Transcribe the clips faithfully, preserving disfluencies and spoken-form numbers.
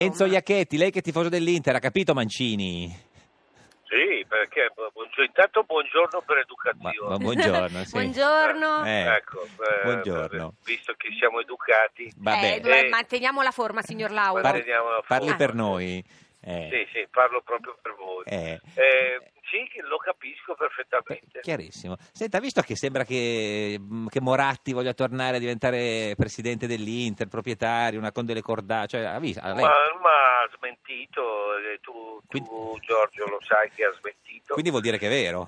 Enzo Iacchetti, lei che è tifoso dell'Inter, ha capito Mancini? Sì, perché buongiorno, intanto buongiorno per educazione. Ma, ma buongiorno, sì. Buongiorno. Eh, Ecco, eh, buongiorno. visto che siamo educati. Vabbè, Eh, Eh, manteniamo la forma, signor Lauro. Par- manteniamo la parli forma. per noi. Eh, Sì, sì, parlo proprio per voi. eh. Eh, sì, che lo capisco perfettamente. Chiarissimo. Senta, visto che sembra che, che Moratti voglia tornare a diventare presidente dell'Inter, proprietario, una con delle cordate, cioè, ha visto? Lei- Ma, ma ha smentito, e tu, tu Quindi- Giorgio lo sai che ha smentito. Quindi vuol dire che è vero?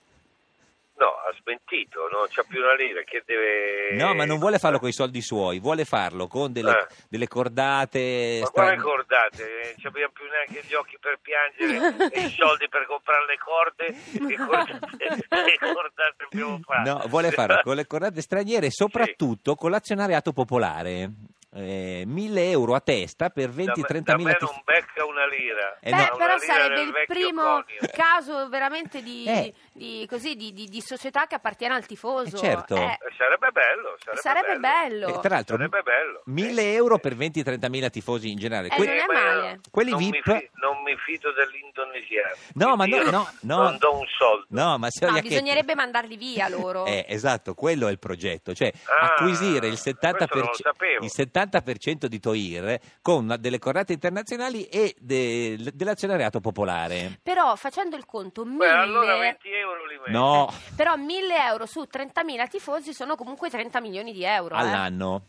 No, ha smentito, non c'ha più una lira, che deve... No, ma non vuole farlo con i soldi suoi, vuole farlo con delle, Eh. delle cordate Ma strane. quale cordate? Non abbiamo più neanche gli occhi per piangere e i soldi per comprare le corde. Che cordate, che cordate abbiamo fatto? No, vuole farlo con le cordate straniere e soprattutto con l'azionariato popolare. Eh, mille euro a testa per Da venti me, trenta da mila me non becca una lira. Eh, Beh, no. Una però lira sarebbe del il vecchio primo conio. caso veramente di, Eh. di, così, di, di- di società che appartiene al tifoso. Eh, certo. Eh, Eh, Sarebbe bello, sarebbe, sarebbe bello. Eh, tra l'altro Sarebbe bello. mille euro per venti trenta mila tifosi in generale. Eh, Que- non è ma male. quelli non V I Mi P fi- non mi fido dell'indonesiano. No, ma Quindi no, io no, no. Non do un soldo. No, ma signor No, Iacchetti- bisognerebbe mandarli via loro. Eh, esatto, quello è il progetto, cioè Ah, acquisire il settanta per questo non lo sapevo. il settanta per cento di Toir con una- delle cordate internazionali e de- dell'azionariato popolare. Però facendo il conto, Beh, mille, allora venti euro li metti. No, però mille euro su trentamila tifosi sono comunque trenta milioni di euro. eh. all'anno.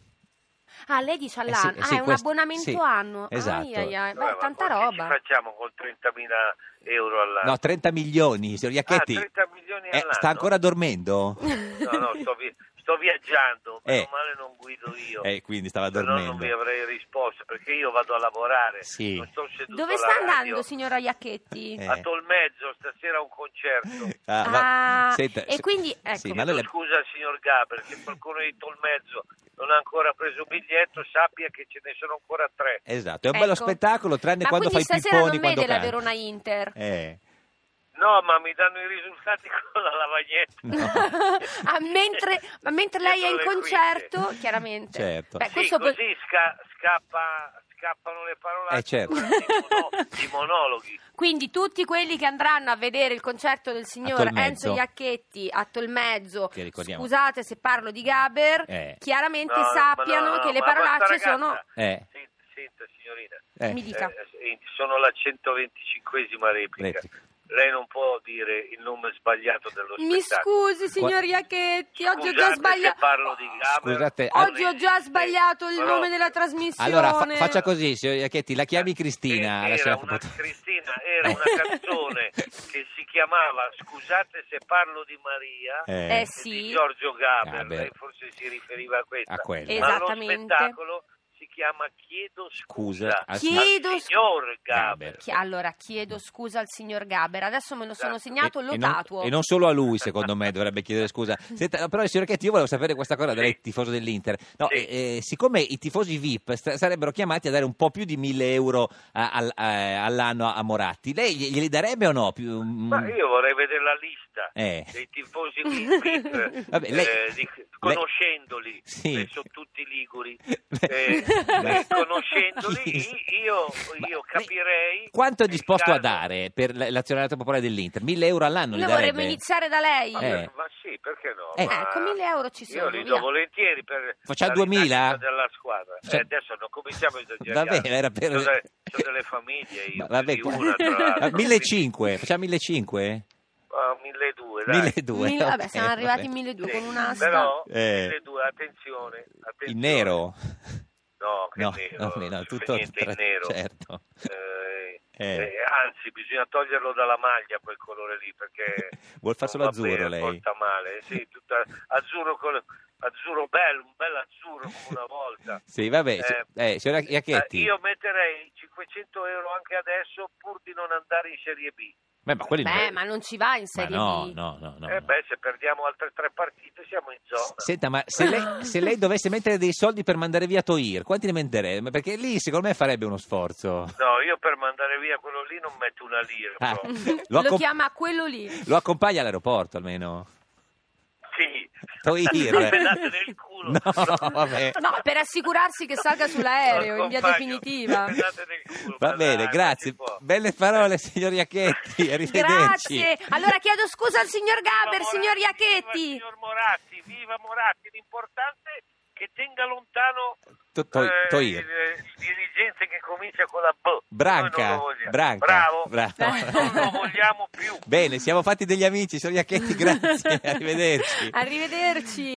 Ah, lei dice Eh sì, all'anno. eh ah, sì, è un questo- abbonamento sì, annuo. esatto. Ai, ai, ai. Beh, Vabbè, ma tanta poi che roba. ci facciamo con trentamila euro all'anno? No, trenta milioni, signor Iacchetti. Ah, trenta milioni Eh, all'anno? sta ancora dormendo? No, no, sto, vi- sto viaggiando, meno Eh. male non guido io. Eh, quindi stava Se no non dormendo. vi avrei risposto, perché io vado a lavorare, Sì. non sto seduto Dove alla sta radio. andando, signora Iacchetti? Eh. A Tolmezzo, stasera a un concerto. Ah, va- Ah, senta, e se- quindi, ecco. sì, ma Chiedo lei le- scusa al signor Gaber, se qualcuno di Tolmezzo non ha ancora preso un biglietto, sappia che ce ne sono ancora tre. Esatto, è un Ecco. bello spettacolo, tranne Ma quando fai quindi i stasera pipponi non quando vede la canti. Verona Inter? Eh. No, ma mi danno i risultati con la lavagnetta. Ah, mentre, ma mentre lei è in Dietro le concerto, quinte. chiaramente. Certo. Beh, Sì, questo po- così sca- scappa, scappano le parolacce Eh, certo. durante i mono- i monologhi. Quindi tutti quelli che andranno a vedere il concerto del signor Tolmezzo. Enzo Iacchetti a Tolmezzo, Che ricordiamo. scusate se parlo di Gaber, Eh. chiaramente No, no, sappiano ma no, no, che le ma parolacce questa sono... ragazza- Eh. Sì, senta signorina, Eh. Mi dica. eh, eh, sono la centoventicinquesima replica. Replica. Lei non può dire il nome sbagliato dello Mi spettacolo. scusi signor Iacchetti, oggi ho già Scusate se sbagliato... parlo di Gaber. Scusate, Oggi ho già Eh, sbagliato il però- nome della trasmissione. Allora, fa- faccia così, signor Iacchetti, la chiami Cristina. Eh, la Era signora una, Popot- Cristina, era una canzone che si chiamava Scusate se parlo di Maria, Eh, Eh sì. di Giorgio Gaber. Gaber. Lei forse si riferiva a questa. A quella. Ma Esattamente. lo spettacolo si chiama Chiedo Scusa scusa, al Chiedo al scusa. signor Gaber. Gaber. Chi- Allora, chiedo scusa al signor Gaber, adesso me lo sono Esatto. segnato, E- lo e non, tatuo. e non solo a lui, secondo me, dovrebbe chiedere scusa. Senta, però, signor Iacchetti, io volevo sapere questa cosa da Sì. lei, tifoso dell'Inter. No, Sì. eh, eh, siccome i tifosi V I P sta- sarebbero chiamati a dare un po' più di mille euro a- al- a- all'anno a Moratti, lei gli- glieli darebbe o no? Più, mm, Ma io vorrei vedere la lista Eh. dei tifosi V I P, Vabbè, lei- eh, di- conoscendoli, Sì. eh, sono tutti liguri, Beh, eh, beh. eh, conoscendoli Chi- io, Ma io lei capirei quanto è il disposto a caso- dare per l- l'azionariato popolare dell'Inter? Mille euro all'anno li Noi vorremmo darebbe? iniziare da lei. Ma, Eh. ma sì, perché no? Eh. Ma Ecco, mille euro ci sono. io li via. do volentieri per Facciamo la duemila? rinascita della squadra. Faccia- Eh, adesso non cominciamo a esagerare. Va bene, era per- C'ho delle, c'ho delle famiglie io, Ma vabbè, di una tra l'altro. millecinquecento, facciamo millecinquecento? Ah, milleduecento, dai. milleduecento. Mille- vabbè, ok, siamo vabbè. arrivati in milleduecento Sì, con un'asta. Però, Eh. milleduecento, attenzione, attenzione. In nero? No, che No, nero, no, no, non c'è tutto niente in tra- nero. certo. Eh, Eh. eh, anzi, bisogna toglierlo dalla maglia quel colore lì, perché Vuol far non solo va azzurro bene, lei? porta male. Sì, tutta, azzurro, con, azzurro bello, un bel azzurro come una volta. Sì, vabbè, Eh, si- eh, signora Eh, Iacchetti. io metterei cinquecento euro anche adesso pur di non andare in Serie B. Beh, ma quelli Beh, non- ma non ci va in ma Serie no, B. no, no, no. eh no. beh, se perdiamo altre tre partite siamo in zona. Senta, ma se lei, se lei dovesse mettere dei soldi per mandare via Toir, quanti ne metterebbe? Perché lì secondo me farebbe uno sforzo. No, io per mandare via quello lì non metto una lira. Ah, proprio. lo, Lo accom- chiama quello lì. lo accompagna all'aeroporto almeno. Sì. Toir. Non pedate nel culo. No, vabbè. No, per assicurarsi che salga sull'aereo in via Compagno, definitiva. pedate nel culo, Va ma bene, dai, grazie. ma si può. Belle parole, signor Iacchetti. Arrivederci. Grazie. Allora chiedo scusa al signor Gaber, Viva signor Moratti, Iacchetti. Viva signor Moratti, viva Moratti. L'importante è che tenga lontano To- to- eh, Toir. il, il dirigente che comincia con la B. Branca, Noi non lo vogliamo. Branca, Bravo. bravo. Non lo vogliamo più. Bene, siamo fatti degli amici, signor Iacchetti, grazie. Arrivederci. Arrivederci.